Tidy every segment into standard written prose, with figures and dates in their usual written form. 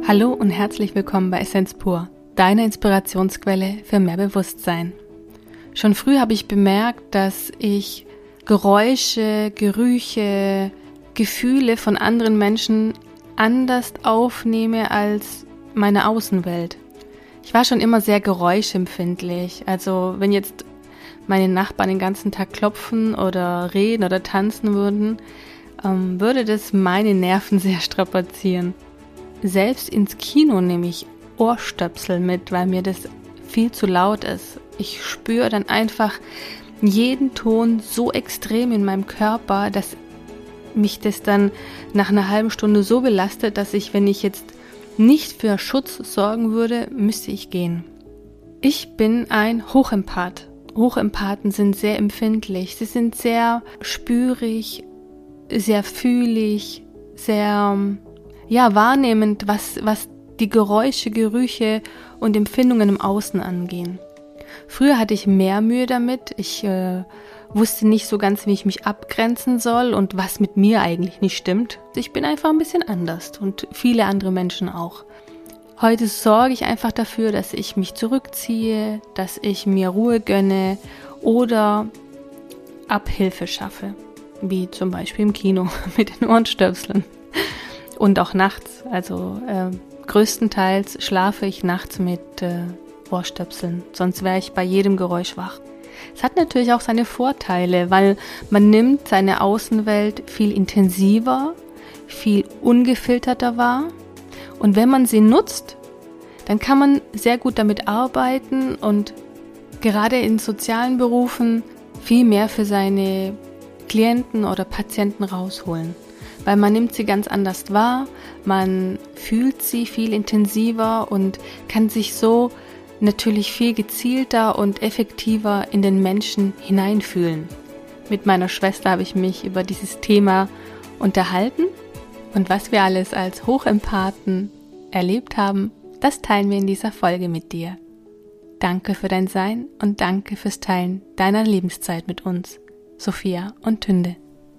Hallo und herzlich willkommen bei Essenz pur, deiner Inspirationsquelle für mehr Bewusstsein. Schon früh habe ich bemerkt, dass ich Geräusche, Gerüche, Gefühle von anderen Menschen anders aufnehme als meine Außenwelt. Ich war schon immer sehr geräuschempfindlich, also wenn jetzt meine Nachbarn den ganzen Tag klopfen oder reden oder tanzen würden, würde das meine Nerven sehr strapazieren. Selbst ins Kino nehme ich Ohrstöpsel mit, weil mir das viel zu laut ist. Ich spüre dann einfach jeden Ton so extrem in meinem Körper, dass mich das dann nach einer halben Stunde so belastet, dass ich, wenn ich jetzt nicht für Schutz sorgen würde, müsste ich gehen. Ich bin ein Hochempath. Hochempathen sind sehr empfindlich. Sie sind sehr spürig, sehr fühlig, sehr wahrnehmend, was die Geräusche, Gerüche und Empfindungen im Außen angehen. Früher hatte ich mehr Mühe damit. Ich wusste nicht so ganz, wie ich mich abgrenzen soll und was mit mir eigentlich nicht stimmt. Ich bin einfach ein bisschen anders und viele andere Menschen auch. Heute sorge ich einfach dafür, dass ich mich zurückziehe, dass ich mir Ruhe gönne oder Abhilfe schaffe, wie zum Beispiel im Kino mit den Ohrenstöpseln. Und auch nachts, also größtenteils schlafe ich nachts mit Ohrstöpseln, sonst wäre ich bei jedem Geräusch wach. Es hat natürlich auch seine Vorteile, weil man nimmt seine Außenwelt viel intensiver, viel ungefilterter wahr. Und wenn man sie nutzt, dann kann man sehr gut damit arbeiten und gerade in sozialen Berufen viel mehr für seine Klienten oder Patienten rausholen. Weil man nimmt sie ganz anders wahr, man fühlt sie viel intensiver und kann sich so natürlich viel gezielter und effektiver in den Menschen hineinfühlen. Mit meiner Schwester habe ich mich über dieses Thema unterhalten und was wir alles als Hochempathen erlebt haben, das teilen wir in dieser Folge mit dir. Danke für dein Sein und danke fürs Teilen deiner Lebenszeit mit uns, Sophia und Tünde.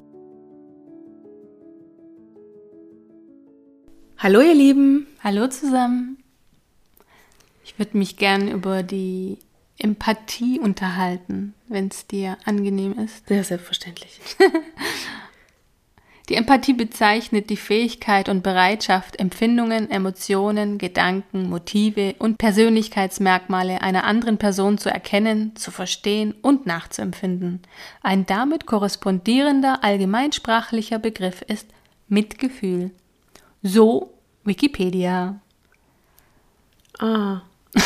Hallo ihr Lieben. Hallo zusammen. Ich würde mich gern über die Empathie unterhalten, wenn es dir angenehm ist. Ja, selbstverständlich. Die Empathie bezeichnet die Fähigkeit und Bereitschaft, Empfindungen, Emotionen, Gedanken, Motive und Persönlichkeitsmerkmale einer anderen Person zu erkennen, zu verstehen und nachzuempfinden. Ein damit korrespondierender allgemeinsprachlicher Begriff ist Mitgefühl. So Wikipedia. Das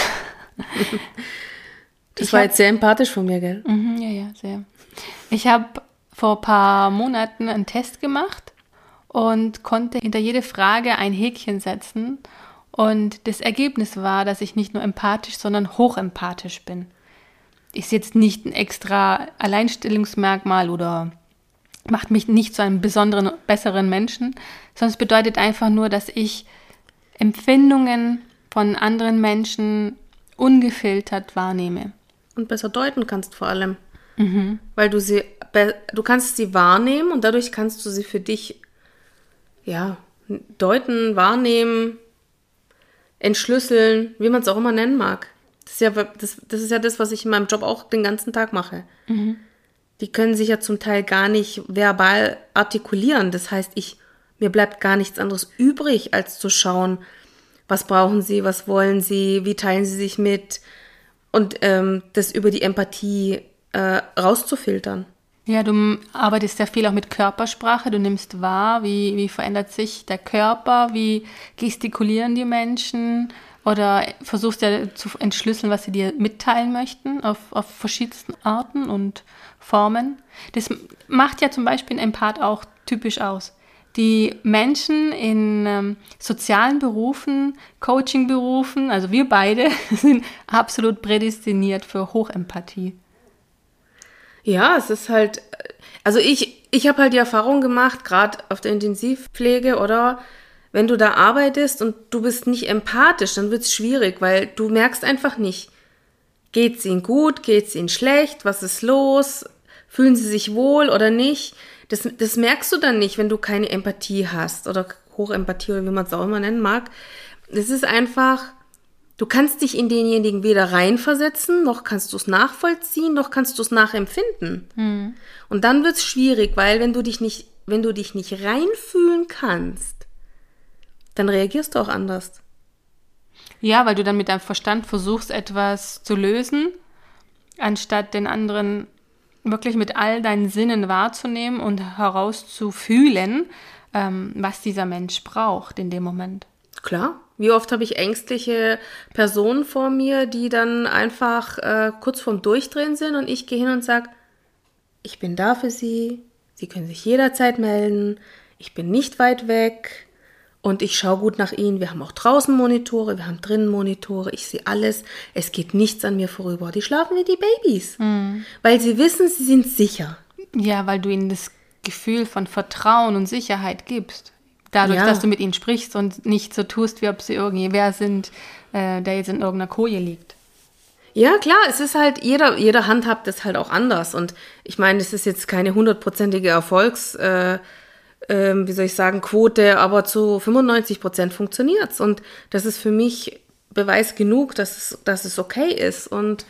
war jetzt sehr empathisch von mir, gell? Ja, sehr. Ich habe vor ein paar Monaten einen Test gemacht und konnte hinter jede Frage ein Häkchen setzen. Und das Ergebnis war, dass ich nicht nur empathisch, sondern hochempathisch bin. Ist jetzt nicht ein extra Alleinstellungsmerkmal oder macht mich nicht zu einem besonderen, besseren Menschen, sondern es bedeutet einfach nur, dass ich Empfindungen von anderen Menschen ungefiltert wahrnehme. Und besser deuten kannst vor allem. Weil du kannst sie wahrnehmen und dadurch kannst du sie für dich deuten, wahrnehmen, entschlüsseln, wie man es auch immer nennen mag. Das ist ja das, was ich in meinem Job auch den ganzen Tag mache. Die können sich ja zum Teil gar nicht verbal artikulieren. Das heißt, mir bleibt gar nichts anderes übrig, als zu schauen, was brauchen sie, was wollen sie, wie teilen sie sich mit und das über die Empathie rauszufiltern. Ja, du arbeitest ja viel auch mit Körpersprache. Du nimmst wahr, wie verändert sich der Körper, wie gestikulieren die Menschen oder versuchst ja zu entschlüsseln, was sie dir mitteilen möchten auf verschiedensten Arten und Formen. Das macht ja zum Beispiel ein Empath auch typisch aus. Die Menschen in sozialen Berufen, Coaching-Berufen, also wir beide, sind absolut prädestiniert für Hochempathie. Ja, es ist halt, also ich habe halt die Erfahrung gemacht, gerade auf der Intensivpflege, oder wenn du da arbeitest und du bist nicht empathisch, dann wird es schwierig, weil du merkst einfach nicht, geht es ihnen gut, geht es ihnen schlecht, was ist los, fühlen sie sich wohl oder nicht. Das merkst du dann nicht, wenn du keine Empathie hast oder Hochempathie oder wie man es auch immer nennen mag. Es ist einfach, du kannst dich in denjenigen weder reinversetzen, noch kannst du es nachvollziehen, noch kannst du es nachempfinden. Und dann wird es schwierig, weil wenn du dich nicht reinfühlen kannst, dann reagierst du auch anders. Ja, weil du dann mit deinem Verstand versuchst, etwas zu lösen, anstatt den anderen wirklich mit all deinen Sinnen wahrzunehmen und herauszufühlen, was dieser Mensch braucht in dem Moment. Klar. Wie oft habe ich ängstliche Personen vor mir, die dann einfach kurz vorm Durchdrehen sind und ich gehe hin und sage, ich bin da für Sie, Sie können sich jederzeit melden, ich bin nicht weit weg und ich schaue gut nach Ihnen. Wir haben auch draußen Monitore, wir haben drinnen Monitore, ich sehe alles, es geht nichts an mir vorüber. Die schlafen wie die Babys, weil sie wissen, sie sind sicher. Ja, weil du ihnen das Gefühl von Vertrauen und Sicherheit gibst. Dadurch, dass du mit ihnen sprichst und nicht so tust, wie ob sie irgendwer sind, der jetzt in irgendeiner Koje liegt. Ja, klar, es ist halt, jeder handhabt das halt auch anders. Und ich meine, es ist jetzt keine 100%ige Quote, aber zu 95% funktioniert's. Und das ist für mich Beweis genug, dass es okay ist. Und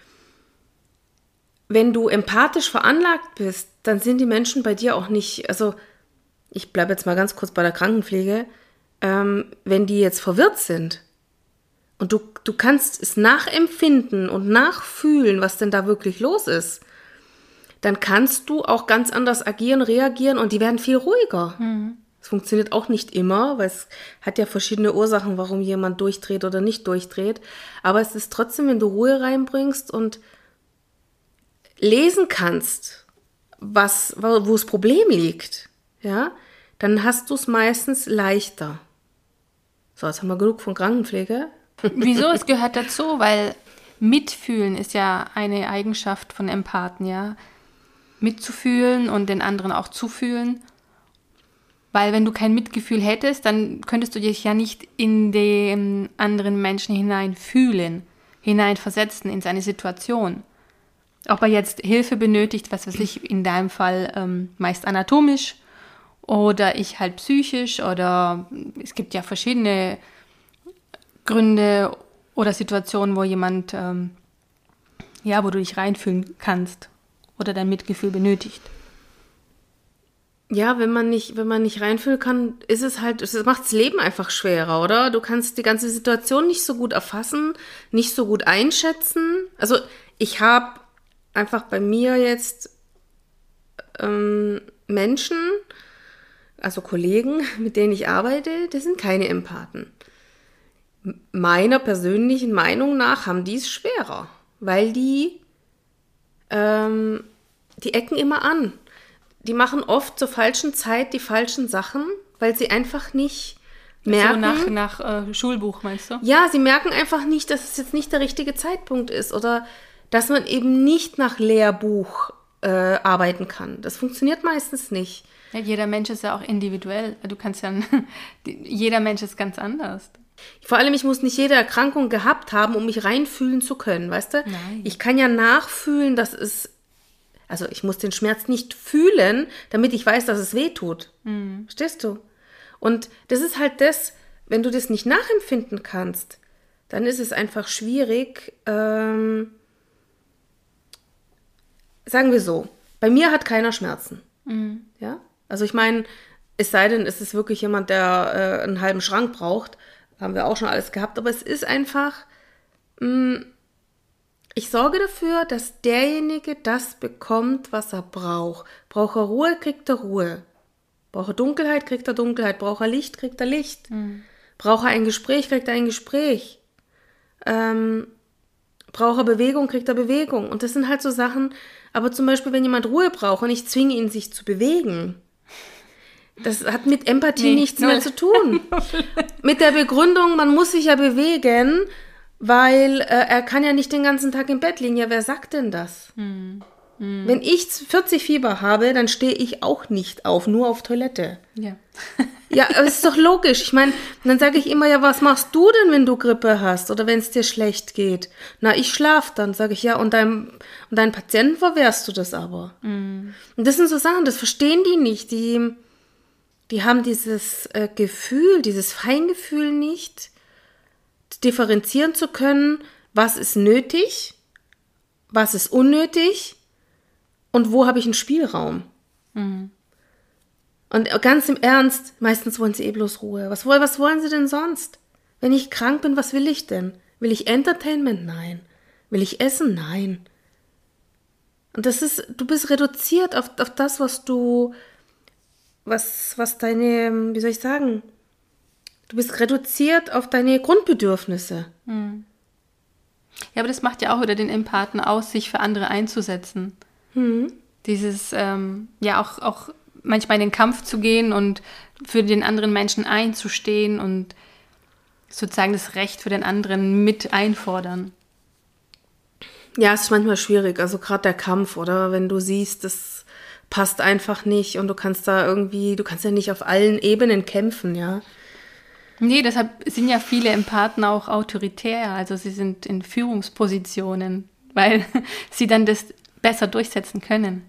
wenn du empathisch veranlagt bist, dann sind die Menschen bei dir auch nicht, also ich bleibe jetzt mal ganz kurz bei der Krankenpflege, wenn die jetzt verwirrt sind und du kannst es nachempfinden und nachfühlen, was denn da wirklich los ist, dann kannst du auch ganz anders agieren, reagieren und die werden viel ruhiger. Es funktioniert auch nicht immer, weil es hat ja verschiedene Ursachen, warum jemand durchdreht oder nicht durchdreht, aber es ist trotzdem, wenn du Ruhe reinbringst und lesen kannst, wo das Problem liegt, ja, dann hast du es meistens leichter. So, jetzt haben wir genug von Krankenpflege. Wieso? Es gehört dazu, weil Mitfühlen ist ja eine Eigenschaft von Empathen, ja. Mitzufühlen und den anderen auch zu fühlen. Weil wenn du kein Mitgefühl hättest, dann könntest du dich ja nicht in den anderen Menschen hineinfühlen, hineinversetzen in seine Situation. Ob er jetzt Hilfe benötigt, was weiß ich, in deinem Fall meist anatomisch oder ich halt psychisch oder es gibt ja verschiedene Gründe oder Situationen, wo jemand, wo du dich reinfühlen kannst oder dein Mitgefühl benötigt. Ja, wenn man nicht reinfühlen kann, ist es halt, es macht das Leben einfach schwerer, oder? Du kannst die ganze Situation nicht so gut erfassen, nicht so gut einschätzen. Also ich habe einfach bei mir jetzt Menschen, also Kollegen, mit denen ich arbeite, das sind keine Empathen. Meiner persönlichen Meinung nach haben die es schwerer, weil die ecken immer an. Die machen oft zur falschen Zeit die falschen Sachen, weil sie einfach nicht merken. So nach Schulbuch, meinst du? Ja, sie merken einfach nicht, dass es jetzt nicht der richtige Zeitpunkt ist oder dass man eben nicht nach Lehrbuch arbeiten kann. Das funktioniert meistens nicht. Ja, jeder Mensch ist ja auch individuell. Du kannst ja, jeder Mensch ist ganz anders. Vor allem, ich muss nicht jede Erkrankung gehabt haben, um mich reinfühlen zu können, weißt du? Nein. Ich kann ja nachfühlen, also ich muss den Schmerz nicht fühlen, damit ich weiß, dass es weh tut. Verstehst du? Und das ist halt das, wenn du das nicht nachempfinden kannst, dann ist es einfach schwierig. Sagen wir so, bei mir hat keiner Schmerzen. Ja? Also ich meine, es sei denn, es ist wirklich jemand, der einen halben Schrank braucht. Haben wir auch schon alles gehabt. Aber es ist einfach, ich sorge dafür, dass derjenige das bekommt, was er braucht. Braucht er Ruhe, kriegt er Ruhe. Braucht er Dunkelheit, kriegt er Dunkelheit. Braucht er Licht, kriegt er Licht. Braucht er ein Gespräch, kriegt er ein Gespräch. Braucht er Bewegung, kriegt er Bewegung. Und das sind halt so Sachen, aber zum Beispiel, wenn jemand Ruhe braucht und ich zwinge ihn, sich zu bewegen, das hat mit Empathie nichts mehr zu tun. Mit der Begründung, man muss sich ja bewegen, weil er kann ja nicht den ganzen Tag im Bett liegen. Ja, wer sagt denn das? Wenn ich 40 Fieber habe, dann stehe ich auch nicht auf, nur auf Toilette. Ja. Ja, aber es ist doch logisch. Ich meine, dann sage ich immer, ja, was machst du denn, wenn du Grippe hast oder wenn es dir schlecht geht? Na, ich schlafe dann, sage ich, ja, und deinem Patienten verwehrst du das aber. Und das sind so Sachen, das verstehen die nicht. Die haben dieses Gefühl, dieses Feingefühl nicht, differenzieren zu können, was ist nötig, was ist unnötig und wo habe ich einen Spielraum. Und ganz im Ernst, meistens wollen sie bloß Ruhe. Was wollen sie denn sonst? Wenn ich krank bin, was will ich denn? Will ich Entertainment? Nein. Will ich essen? Nein. Und du bist reduziert auf das, was deine, wie soll ich sagen, du bist reduziert auf deine Grundbedürfnisse. Ja, aber das macht ja auch wieder den Empathen aus, sich für andere einzusetzen. Dieses, auch manchmal in den Kampf zu gehen und für den anderen Menschen einzustehen und sozusagen das Recht für den anderen mit einfordern. Ja, es ist manchmal schwierig, also gerade der Kampf, oder wenn du siehst, das passt einfach nicht und du kannst ja nicht auf allen Ebenen kämpfen, ja. Nee, deshalb sind ja viele Empathen auch autoritär, also sie sind in Führungspositionen, weil sie dann das besser durchsetzen können.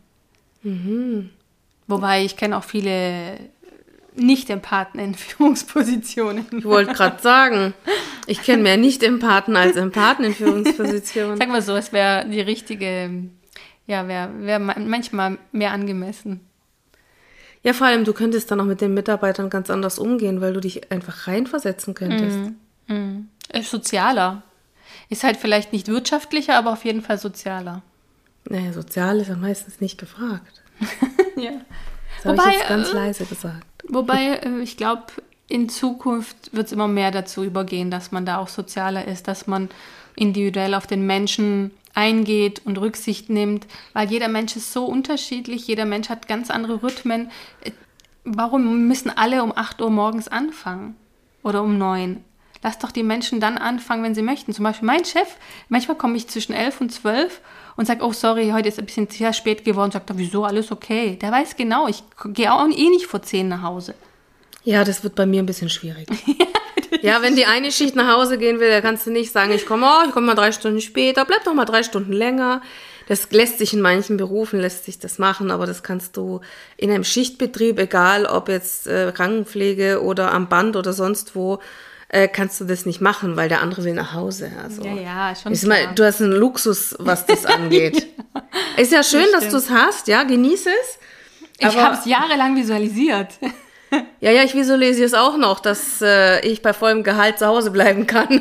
Wobei ich kenne auch viele Nicht-Empathen in Führungspositionen. Ich wollte gerade sagen, ich kenne mehr Nicht-Empathen als Empathen in Führungspositionen. Sag mal so, es wäre die richtige, wäre manchmal mehr angemessen. Ja, vor allem, du könntest dann auch mit den Mitarbeitern ganz anders umgehen, weil du dich einfach reinversetzen könntest. Ist sozialer. Ist halt vielleicht nicht wirtschaftlicher, aber auf jeden Fall sozialer. Naja, sozial ist ja meistens nicht gefragt. Ja. Das habe ich jetzt ganz leise gesagt. Wobei, ich glaube, in Zukunft wird es immer mehr dazu übergehen, dass man da auch sozialer ist, dass man individuell auf den Menschen eingeht und Rücksicht nimmt, weil jeder Mensch ist so unterschiedlich, jeder Mensch hat ganz andere Rhythmen. Warum müssen alle um 8 Uhr morgens anfangen oder um 9? Lass doch die Menschen dann anfangen, wenn sie möchten. Zum Beispiel mein Chef, manchmal komme ich zwischen 11 und 12 und sage, oh sorry, heute ist ein bisschen sehr spät geworden. Sagt er, wieso, alles okay? Der weiß genau, ich gehe auch nicht vor 10 nach Hause. Ja, das wird bei mir ein bisschen schwierig. Ja, wenn die eine Schicht nach Hause gehen will, dann kannst du nicht sagen, ich komme mal 3 Stunden später, bleib doch mal 3 Stunden länger. Das lässt sich in manchen Berufen, das machen, aber das kannst du in einem Schichtbetrieb, egal ob jetzt Krankenpflege oder am Band oder sonst wo, kannst du das nicht machen, weil der andere will nach Hause. Also, ja, schon klar. Du hast einen Luxus, was das angeht. Ist ja schön, dass du es hast, ja, genieß es. Ich habe es jahrelang visualisiert. Ja, ich visualisiere es auch noch, dass ich bei vollem Gehalt zu Hause bleiben kann.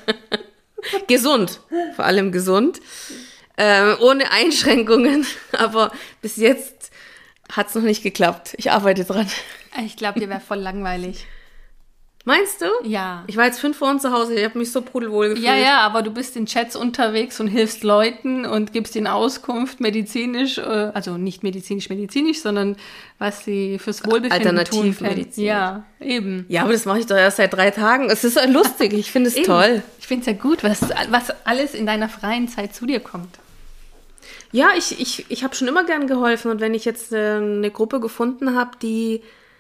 Gesund, vor allem gesund. Ohne Einschränkungen. Aber bis jetzt hat es noch nicht geklappt. Ich arbeite dran. Ich glaube, dir wäre voll langweilig. Meinst du? Ja. Ich war jetzt 5 Wochen zu Hause, ich habe mich so pudelwohl gefühlt. Ja, aber du bist in Chats unterwegs und hilfst Leuten und gibst ihnen Auskunft medizinisch, also nicht medizinisch, sondern was sie fürs Wohlbefinden tun können. Ja, eben. Ja, aber das mache ich doch erst seit 3 Tagen. Es ist lustig, ich finde es toll. Ich finde es ja gut, was alles in deiner freien Zeit zu dir kommt. Ja, ich habe schon immer gern geholfen und wenn ich jetzt eine Gruppe gefunden habe, die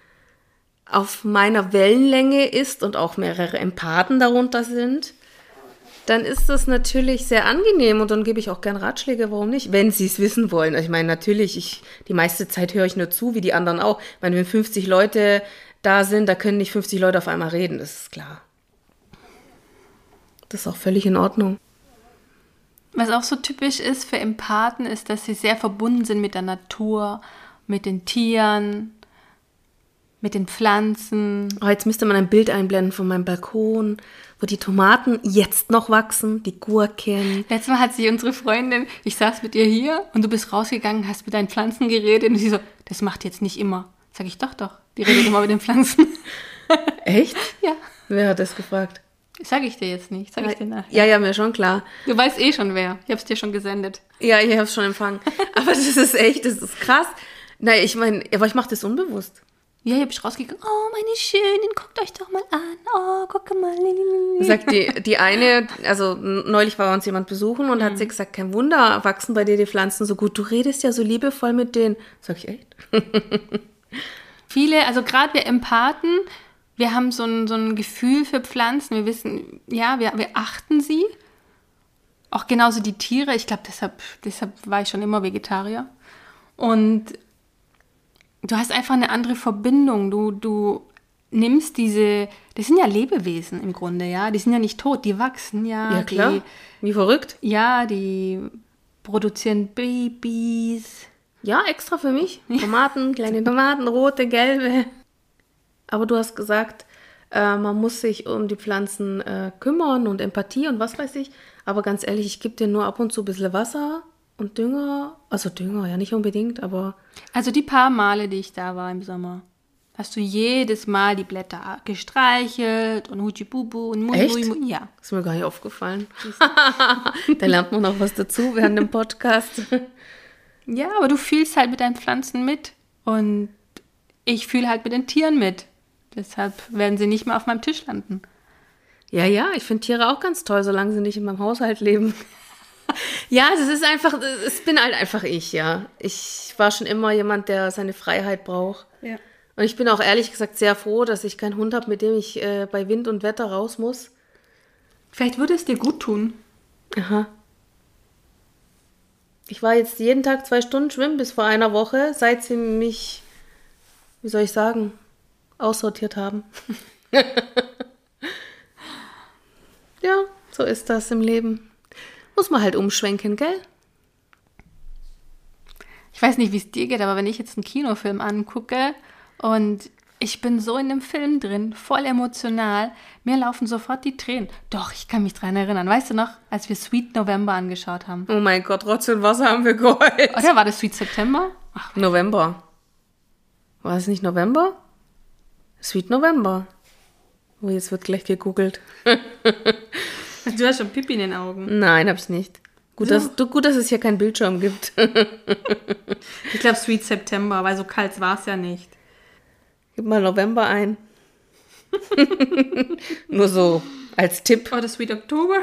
auf meiner Wellenlänge ist und auch mehrere Empathen darunter sind, dann ist das natürlich sehr angenehm und dann gebe ich auch gern Ratschläge, warum nicht, wenn sie es wissen wollen. Also ich meine, natürlich, die meiste Zeit höre ich nur zu, wie die anderen auch. Ich meine, wenn 50 Leute da sind, da können nicht 50 Leute auf einmal reden, das ist klar. Das ist auch völlig in Ordnung. Was auch so typisch ist für Empathen, ist, dass sie sehr verbunden sind mit der Natur, mit den Tieren, mit den Pflanzen. Oh, jetzt müsste man ein Bild einblenden von meinem Balkon, wo die Tomaten jetzt noch wachsen, die Gurken. Letztes Mal hat sich unsere Freundin, ich saß mit ihr hier und du bist rausgegangen, hast mit deinen Pflanzen geredet und sie so, das macht jetzt nicht immer. Sag ich, doch, die redet immer mit den Pflanzen. Echt? Ja. Wer hat das gefragt? Sag ich dir jetzt nicht, sag ich dir nachher. Ja, mir schon klar. Du weißt schon wer, ich hab's dir schon gesendet. Ja, ich hab's schon empfangen. Aber das ist krass. Nein, ich meine, aber ich mache das unbewusst. Ja, hier bin ich rausgegangen. Oh, meine Schönen, guckt euch doch mal an. Oh, guck mal. Sagt die eine, also neulich war bei uns jemand besuchen und hat sie gesagt, kein Wunder, wachsen bei dir die Pflanzen so gut. Du redest ja so liebevoll mit denen. Sag ich, echt? Viele, also gerade wir Empathen, wir haben so ein Gefühl für Pflanzen. Wir wissen, ja, wir achten sie. Auch genauso die Tiere. Ich glaube, deshalb war ich schon immer Vegetarier. Und du hast einfach eine andere Verbindung. Du nimmst das sind ja Lebewesen im Grunde, ja, die sind ja nicht tot, die wachsen ja. Ja, klar, wie verrückt. Ja, die produzieren Babys. Ja, extra für mich. Tomaten, kleine Tomaten, rote, gelbe. Aber du hast gesagt, man muss sich um die Pflanzen kümmern und Empathie und was weiß ich. Aber ganz ehrlich, ich gebe dir nur ab und zu ein bisschen Wasser und Dünger. Also Dünger, ja nicht unbedingt, aber... Also die paar Male, die ich da war im Sommer, hast du jedes Mal die Blätter gestreichelt und Hutschi-Bubu und Mui. Echt? Ja. Ist mir gar nicht aufgefallen. Da lernt man noch was dazu während dem Podcast. Ja, aber du fühlst halt mit deinen Pflanzen mit und ich fühle halt mit den Tieren mit. Deshalb werden sie nicht mehr auf meinem Tisch landen. Ja, ich finde Tiere auch ganz toll, solange sie nicht in meinem Haushalt leben. Ja, es bin halt einfach ich, ja. Ich war schon immer jemand, der seine Freiheit braucht. Ja. Und ich bin auch ehrlich gesagt sehr froh, dass ich keinen Hund habe, mit dem ich bei Wind und Wetter raus muss. Vielleicht würde es dir gut tun. Aha. Ich war jetzt jeden Tag 2 Stunden schwimmen bis vor einer Woche, seit sie mich, wie soll ich sagen, aussortiert haben. Ja, so ist das im Leben. Muss man halt umschwenken, gell? Ich weiß nicht, wie es dir geht, aber wenn ich jetzt einen Kinofilm angucke und ich bin so in dem Film drin, voll emotional, mir laufen sofort die Tränen. Doch, ich kann mich dran erinnern. Weißt du noch, als wir Sweet November angeschaut haben? Oh mein Gott, Rotz und Wasser haben wir geheult. Oder war das Sweet September? Ach, November. War es nicht November? Sweet November. Oh, jetzt wird gleich gegoogelt. du hast schon Pipi in den Augen. Nein, hab ich nicht. Gut, dass es hier keinen Bildschirm gibt. Ich glaube Sweet September, weil so kalt war es ja nicht. Gib mal November ein. Nur so als Tipp. Oder Sweet Oktober.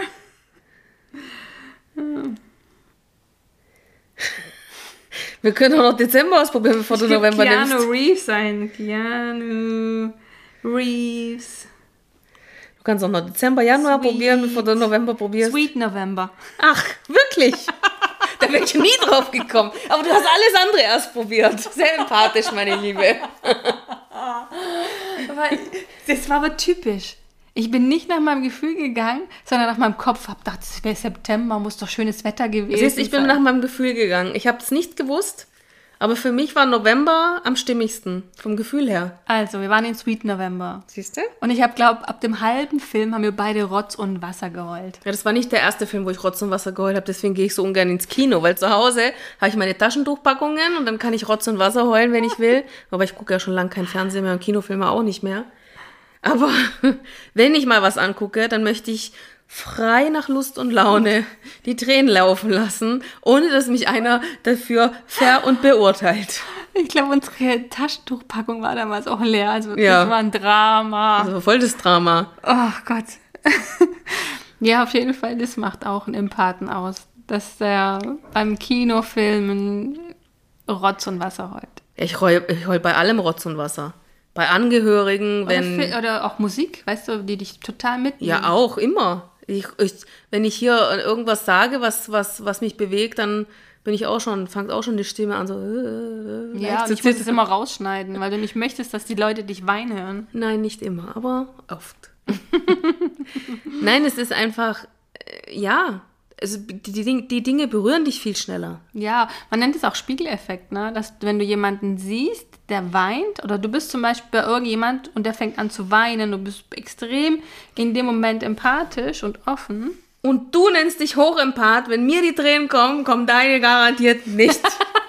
Wir können auch noch Dezember ausprobieren, bevor du November nimmst. Keanu Reeves sein. Keanu Reeves. Du kannst auch noch Dezember, Januar probieren, bevor du November probierst. Sweet November. Ach, wirklich? Da wäre ich nie drauf gekommen. Aber du hast alles andere erst probiert. Sehr empathisch, meine Liebe. Das war aber typisch. Ich bin nicht nach meinem Gefühl gegangen, sondern nach meinem Kopf. Hab gedacht, es wäre September, muss doch schönes Wetter gewesen sein. Siehst, ich bin nach meinem Gefühl gegangen. Ich habe es nicht gewusst, aber für mich war November am stimmigsten, vom Gefühl her. Also, wir waren in Sweet November. Siehst du? Und ich habe, glaube ab dem halben Film haben wir beide Rotz und Wasser geheult. Ja, das war nicht der erste Film, wo ich Rotz und Wasser geheult habe, deswegen gehe ich so ungern ins Kino, weil zu Hause habe ich meine Taschentuchpackungen und dann kann ich Rotz und Wasser heulen, wenn ich will. Aber ich gucke ja schon lange kein Fernsehen mehr und Kinofilme auch nicht mehr. Aber wenn ich mal was angucke, dann möchte ich frei nach Lust und Laune die Tränen laufen lassen, ohne dass mich einer dafür und beurteilt. Ich glaube, unsere Taschentuchpackung war damals auch leer. Also ja. Das war ein Drama. Also voll das Drama. Oh Gott. Ja, auf jeden Fall, das macht auch einen Empathen aus, dass der beim Kinofilmen Rotz und Wasser heult. Ich heul bei allem Rotz und Wasser. Bei Angehörigen, wenn... Oder auch Musik, weißt du, die dich total mitnehmen. Ja, auch, immer. Wenn ich hier irgendwas sage, was mich bewegt, dann fängt auch schon die Stimme an so... Ja, und ich muss das immer rausschneiden, weil du nicht möchtest, dass die Leute dich weinen hören. Nein, nicht immer, aber oft. Nein, es ist einfach, also die Dinge berühren dich viel schneller. Ja, man nennt es auch Spiegeleffekt, ne? Dass wenn du jemanden siehst, der weint, oder du bist zum Beispiel bei irgendjemand und der fängt an zu weinen, du bist extrem in dem Moment empathisch und offen. Und du nennst dich Hochempath, wenn mir die Tränen kommen deine garantiert nicht.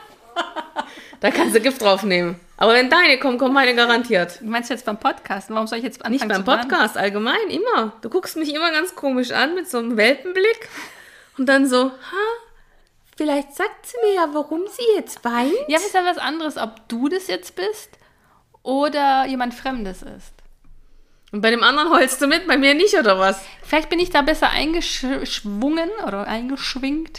Da kannst du Gift draufnehmen. Aber wenn deine kommen meine garantiert. Meinst du jetzt beim Podcast? Warum soll ich jetzt anfangen zu Nicht beim Podcast, allgemein, immer. Du guckst mich immer ganz komisch an mit so einem Welpenblick und dann so, vielleicht sagt sie mir ja, warum sie jetzt weint. Ja, aber ist ja was anderes, ob du das jetzt bist oder jemand Fremdes ist. Und bei dem anderen heulst du mit, bei mir nicht, oder was? Vielleicht bin ich da besser eingeschwungen oder eingeschwingt.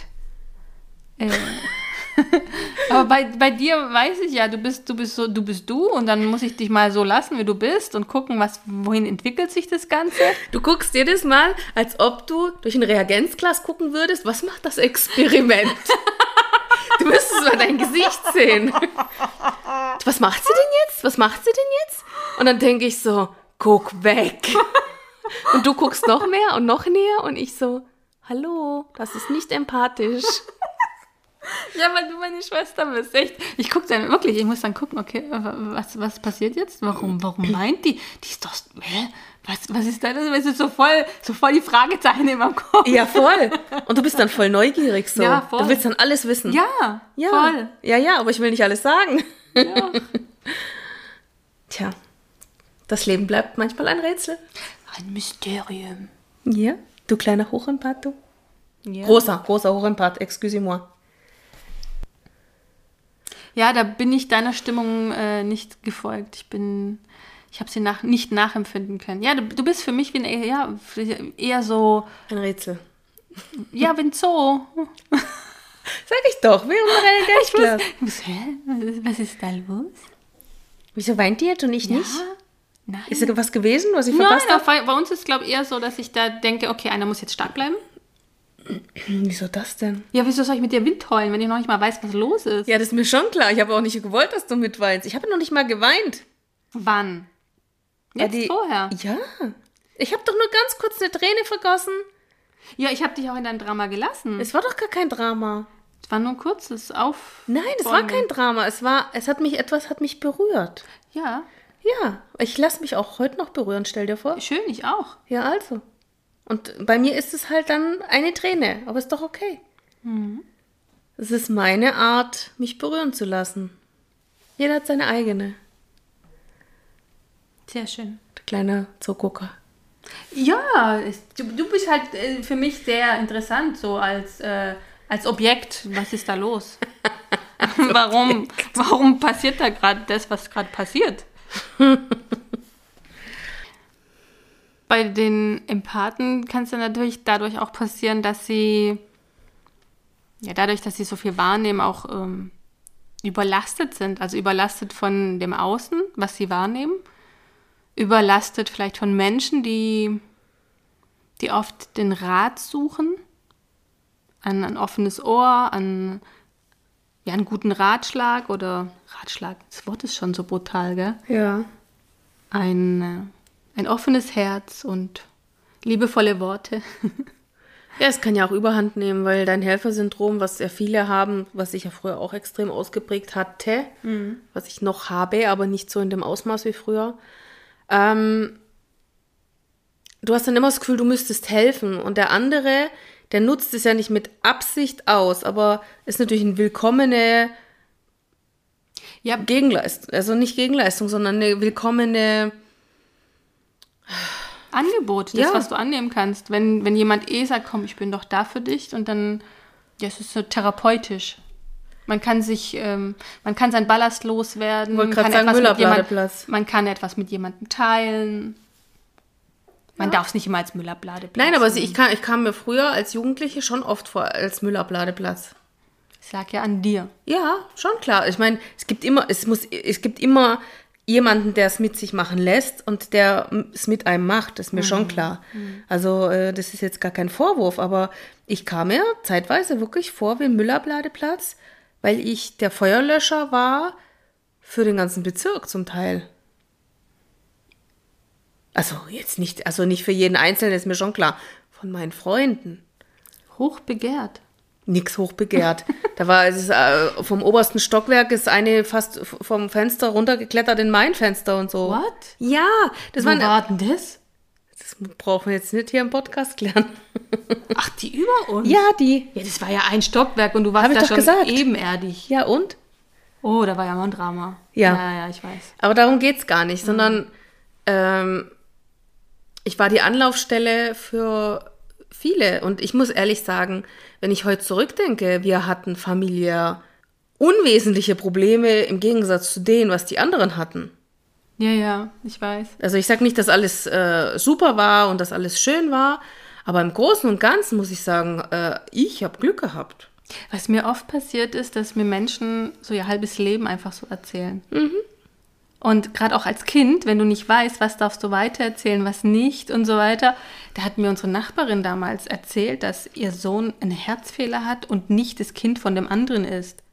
Aber bei dir weiß ich ja, du bist du und dann muss ich dich mal so lassen, wie du bist und gucken, wohin entwickelt sich das Ganze. Du guckst jedes Mal, als ob du durch ein Reagenzglas gucken würdest, was macht das Experiment? Du müsstest mal dein Gesicht sehen. Was macht sie denn jetzt? Und dann denke ich so, guck weg. Und du guckst noch mehr und noch näher und ich so, hallo, das ist nicht empathisch. Ja, weil du meine Schwester bist, echt. Ich gucke dann wirklich, ich muss dann gucken, okay, was passiert jetzt? Warum meint die? Die ist doch, was ist da? Das ist so voll die Fragezeichen in meinem Kopf. Ja, voll. Und du bist dann voll neugierig so. Ja, voll. Du willst dann alles wissen. Ja, voll. Ja, aber ich will nicht alles sagen. Ja. Tja, das Leben bleibt manchmal ein Rätsel. Ein Mysterium. Ja, du kleiner Hochempath, du. Ja. Großer Hochempath, excusez-moi. Ja, da bin ich deiner Stimmung nicht gefolgt. Ich habe sie nicht nachempfinden können. Ja, du bist für mich wie eher so... Ein Rätsel. Ja, wie ein Zoo. Sag ich doch, wie um ein Geldglas. Was ist da los? Wieso weint die jetzt und ich nicht? Nein. Ist da was gewesen, was ich verpasst habe? Nein, bei uns ist es, glaube ich, eher so, dass ich da denke, okay, einer muss jetzt stark bleiben. Wieso das denn? Ja, wieso soll ich mit dir Wind heulen, wenn ich noch nicht mal weiß, was los ist? Ja, das ist mir schon klar. Ich habe auch nicht gewollt, dass du mitweinst. Ich habe noch nicht mal geweint. Wann? Jetzt vorher? Ja. Ich habe doch nur ganz kurz eine Träne vergossen. Ja, ich habe dich auch in dein Drama gelassen. Es war doch gar kein Drama. Es war nur ein kurzes Nein, es war kein Drama. Etwas hat mich berührt. Ja. Ja, ich lasse mich auch heute noch berühren, stell dir vor. Schön, ich auch. Ja, also. Und bei mir ist es halt dann eine Träne, aber ist doch okay. Es ist meine Art, mich berühren zu lassen. Jeder hat seine eigene. Sehr schön. Der kleine Zoogucker. Ja, du bist halt für mich sehr interessant, so als Objekt. Was ist da los? Warum passiert da gerade das, was gerade passiert? Bei den Empathen kann es ja natürlich dadurch auch passieren, dass sie, dadurch, dass sie so viel wahrnehmen, auch überlastet sind. Also überlastet von dem Außen, was sie wahrnehmen. Überlastet vielleicht von Menschen, die oft den Rat suchen, an ein offenes Ohr, an einen guten Ratschlag oder Ratschlag, das Wort ist schon so brutal, gell? Ja. Ein offenes Herz und liebevolle Worte. Ja, es kann ja auch Überhand nehmen, weil dein Helfersyndrom, was ja viele haben, was ich ja früher auch extrem ausgeprägt hatte, was ich noch habe, aber nicht so in dem Ausmaß wie früher. Du hast dann immer das Gefühl, du müsstest helfen und der andere, der nutzt es ja nicht mit Absicht aus, aber ist natürlich eine willkommene Gegenleistung, also nicht Gegenleistung, sondern eine willkommene Angebot, das, was du annehmen kannst. Wenn jemand sagt, komm, ich bin doch da für dich und dann, es ist so therapeutisch. Man kann sein Ballast loswerden, man kann etwas mit jemandem teilen. Man darf es nicht immer als Müllerbladeplatz. Nein, aber ich kam mir früher als Jugendliche schon oft vor als Müllerbladeplatz. Es lag ja an dir. Ja, schon klar. Ich meine, es gibt immer jemanden, der es mit sich machen lässt und der es mit einem macht. Das ist mir schon klar. Also das ist jetzt gar kein Vorwurf, aber ich kam mir zeitweise wirklich vor wie ein Müllerbladeplatz, weil ich der Feuerlöscher war für den ganzen Bezirk zum Teil. Also nicht für jeden Einzelnen, ist mir schon klar. Von meinen Freunden. Hochbegehrt. Nix hochbegehrt. Vom obersten Stockwerk ist eine fast vom Fenster runtergeklettert in mein Fenster und so. What? Ja. Wo war denn das? Das brauchen wir jetzt nicht hier im Podcast klären. Ach, die über uns? Ja, die. Ja, das war ja ein Stockwerk und du warst da schon ebenerdig. Ja, und? Oh, da war ja mal ein Drama. Ja, ich weiß. Aber darum geht's gar nicht, sondern ich war die Anlaufstelle für viele. Und ich muss ehrlich sagen, wenn ich heute zurückdenke, wir hatten familiär unwesentliche Probleme im Gegensatz zu denen, was die anderen hatten. Ja, ich weiß. Also ich sage nicht, dass alles super war und dass alles schön war, aber im Großen und Ganzen muss ich sagen, ich habe Glück gehabt. Was mir oft passiert ist, dass mir Menschen so ihr halbes Leben einfach so erzählen. Und gerade auch als Kind, wenn du nicht weißt, was darfst du weitererzählen, was nicht und so weiter. Da hat mir unsere Nachbarin damals erzählt, dass ihr Sohn einen Herzfehler hat und nicht das Kind von dem anderen ist.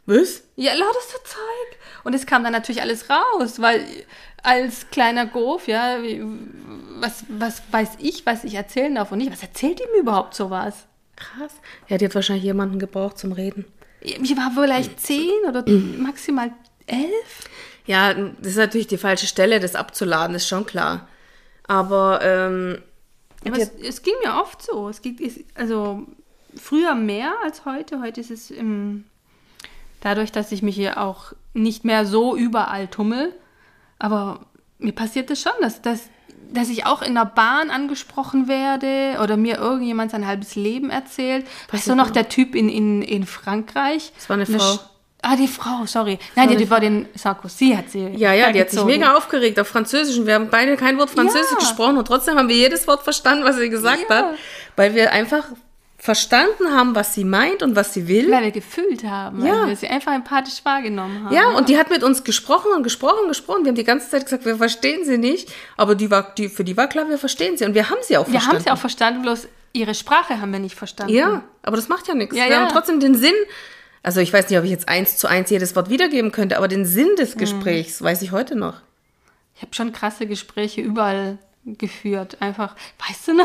Was? Ja, lauteste Zeug. Und es kam dann natürlich alles raus, weil als kleiner Goof, ja, was weiß ich, was ich erzählen darf und nicht. Was erzählt die mir überhaupt sowas? Krass. Ja, die hat wahrscheinlich jemanden gebraucht zum Reden. Ich war vielleicht 10 oder maximal 11. Ja, das ist natürlich die falsche Stelle, das abzuladen, ist schon klar. Aber, Aber es ging mir oft so. Also früher mehr als heute. Heute ist es dadurch, dass ich mich hier auch nicht mehr so überall tummel. Aber mir passiert es schon, dass ich auch in der Bahn angesprochen werde oder mir irgendjemand sein halbes Leben erzählt. Weißt du noch, der Typ in Frankreich? Das war eine Frau. Die Frau, sorry. Nein, die über den Sarkozy hat sie. Ja, die hat sich mega aufgeregt auf Französisch. Und wir haben beide kein Wort Französisch gesprochen und trotzdem haben wir jedes Wort verstanden, was sie gesagt hat. Weil wir einfach verstanden haben, was sie meint und was sie will. Weil wir gefühlt haben, weil wir sie einfach empathisch wahrgenommen haben. Ja, und die hat mit uns gesprochen. Wir haben die ganze Zeit gesagt, wir verstehen sie nicht. Aber für die war klar, wir verstehen sie. Und wir haben sie auch verstanden. Wir haben sie auch verstanden, bloß ihre Sprache haben wir nicht verstanden. Ja, aber das macht ja nichts. Wir haben trotzdem den Sinn. Also ich weiß nicht, ob ich jetzt 1:1 jedes Wort wiedergeben könnte, aber den Sinn des Gesprächs weiß ich heute noch. Ich habe schon krasse Gespräche überall geführt. Einfach, weißt du noch?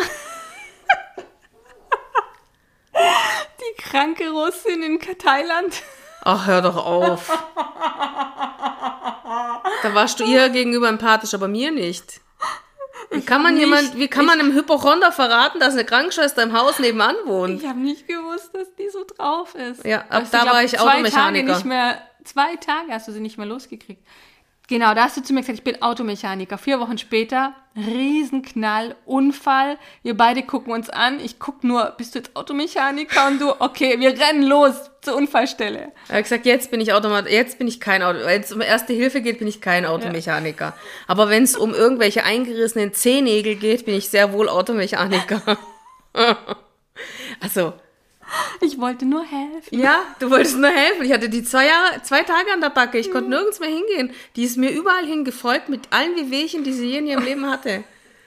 Die kranke Russin in Thailand. Ach, hör doch auf. Da warst du ihr gegenüber empathisch, aber mir nicht. Wie kann man einem Hypochonder verraten, dass eine Krankenschwester im Haus nebenan wohnt? Ich habe nicht gewusst, dass die so drauf ist. Ja, war ich Automechaniker. 2 Tage hast du sie nicht mehr losgekriegt. Genau, da hast du zu mir gesagt, ich bin Automechaniker. 4 Wochen später, Riesenknall, Unfall. Wir beide gucken uns an. Ich gucke nur, bist du jetzt Automechaniker? Und du, okay, wir rennen los zur Unfallstelle. Er hat gesagt, jetzt bin ich kein Auto. Wenn es um Erste Hilfe geht, bin ich kein Automechaniker. Ja. Aber wenn es um irgendwelche eingerissenen Zehennägel geht, bin ich sehr wohl Automechaniker. Also... Ich wollte nur helfen. Ja, du wolltest nur helfen. Ich hatte die 2 Tage an der Backe. Ich konnte nirgends mehr hingehen. Die ist mir überall hingefolgt mit allen Wehwehchen, die sie je in ihrem Leben hatte.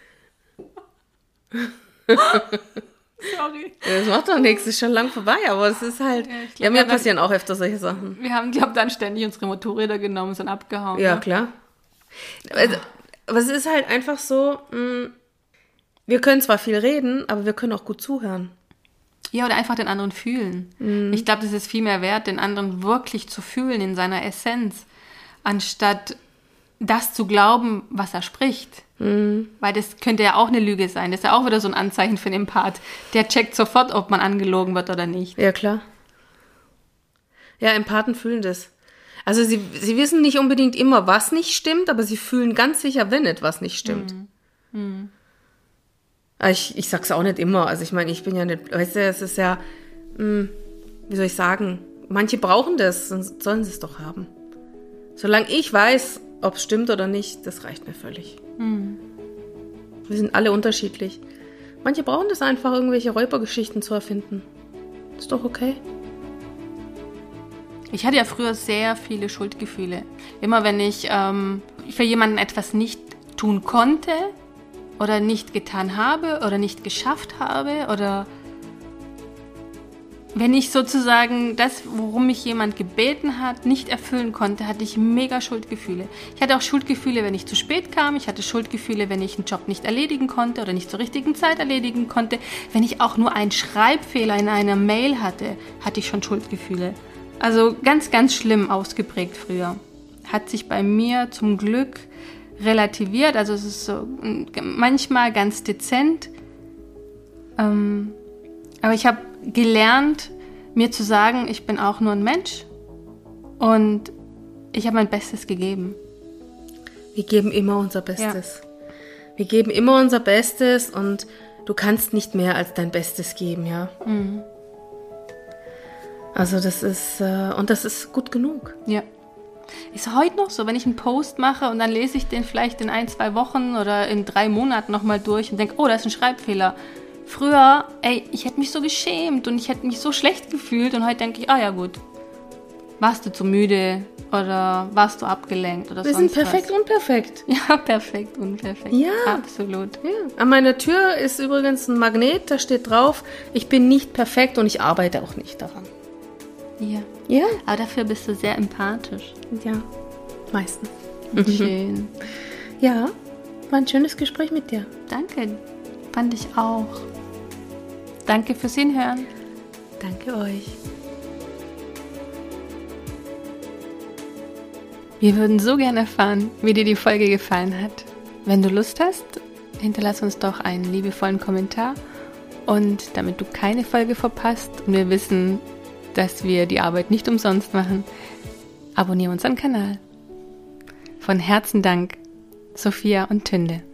Sorry. Das macht doch nichts, ist schon lang vorbei, aber es ist halt... Ja, mir passieren auch öfter solche Sachen. Wir haben, glaube ich, dann ständig unsere Motorräder genommen und sind abgehauen. Ja, klar. Also, aber es ist halt einfach so, wir können zwar viel reden, aber wir können auch gut zuhören. Ja, oder einfach den anderen fühlen. Mhm. Ich glaube, das ist viel mehr wert, den anderen wirklich zu fühlen in seiner Essenz, anstatt das zu glauben, was er spricht. Mhm. Weil das könnte ja auch eine Lüge sein. Das ist ja auch wieder so ein Anzeichen für den Empath. Der checkt sofort, ob man angelogen wird oder nicht. Ja, klar. Ja, Empathen fühlen das. Also sie wissen nicht unbedingt immer, was nicht stimmt, aber sie fühlen ganz sicher, wenn etwas nicht stimmt. Mhm. Mhm. Ich sag's auch nicht immer. Also ich meine, ich bin ja nicht, weißt du, es ist ja, wie soll ich sagen, manche brauchen das, sonst sollen sie es doch haben. Solange ich weiß, ob es stimmt oder nicht, das reicht mir völlig. Mhm. Wir sind alle unterschiedlich. Manche brauchen das einfach, irgendwelche Räubergeschichten zu erfinden. Ist doch okay. Ich hatte ja früher sehr viele Schuldgefühle. Immer wenn ich für jemanden etwas nicht tun konnte, oder nicht getan habe oder nicht geschafft habe oder wenn ich sozusagen das, worum mich jemand gebeten hat, nicht erfüllen konnte, hatte ich mega Schuldgefühle. Ich hatte auch Schuldgefühle, wenn ich zu spät kam. Ich hatte Schuldgefühle, wenn ich einen Job nicht erledigen konnte oder nicht zur richtigen Zeit erledigen konnte. Wenn ich auch nur einen Schreibfehler in einer Mail hatte, hatte ich schon Schuldgefühle. Also ganz, ganz schlimm ausgeprägt früher. Hat sich bei mir zum Glück relativiert, also es ist so manchmal ganz dezent, aber ich habe gelernt, mir zu sagen, ich bin auch nur ein Mensch und ich habe mein Bestes gegeben. Wir geben immer unser Bestes. Ja. Wir geben immer unser Bestes und du kannst nicht mehr als dein Bestes geben, ja. Mhm. Also das ist gut genug. Ja. Ist heute noch so, wenn ich einen Post mache und dann lese ich den vielleicht in 1-2 Wochen oder in 3 Monaten nochmal durch und denke, oh, da ist ein Schreibfehler. Früher, ich hätte mich so geschämt und ich hätte mich so schlecht gefühlt und heute denke ich, ja gut, warst du zu müde oder warst du abgelenkt oder sonst was. Wir sind perfekt, unperfekt. Ja, perfekt, unperfekt. Ja. Absolut. Ja. An meiner Tür ist übrigens ein Magnet, da steht drauf, ich bin nicht perfekt und ich arbeite auch nicht daran. Ja. Ja. Aber dafür bist du sehr empathisch. Ja, meistens. Schön. Ja, war ein schönes Gespräch mit dir. Danke, fand ich auch. Danke fürs Hinhören. Danke euch. Wir würden so gerne erfahren, wie dir die Folge gefallen hat. Wenn du Lust hast, hinterlass uns doch einen liebevollen Kommentar. Und damit du keine Folge verpasst und wir wissen, dass wir die Arbeit nicht umsonst machen, abonniere unseren Kanal. Von Herzen Dank, Sophia und Tünde.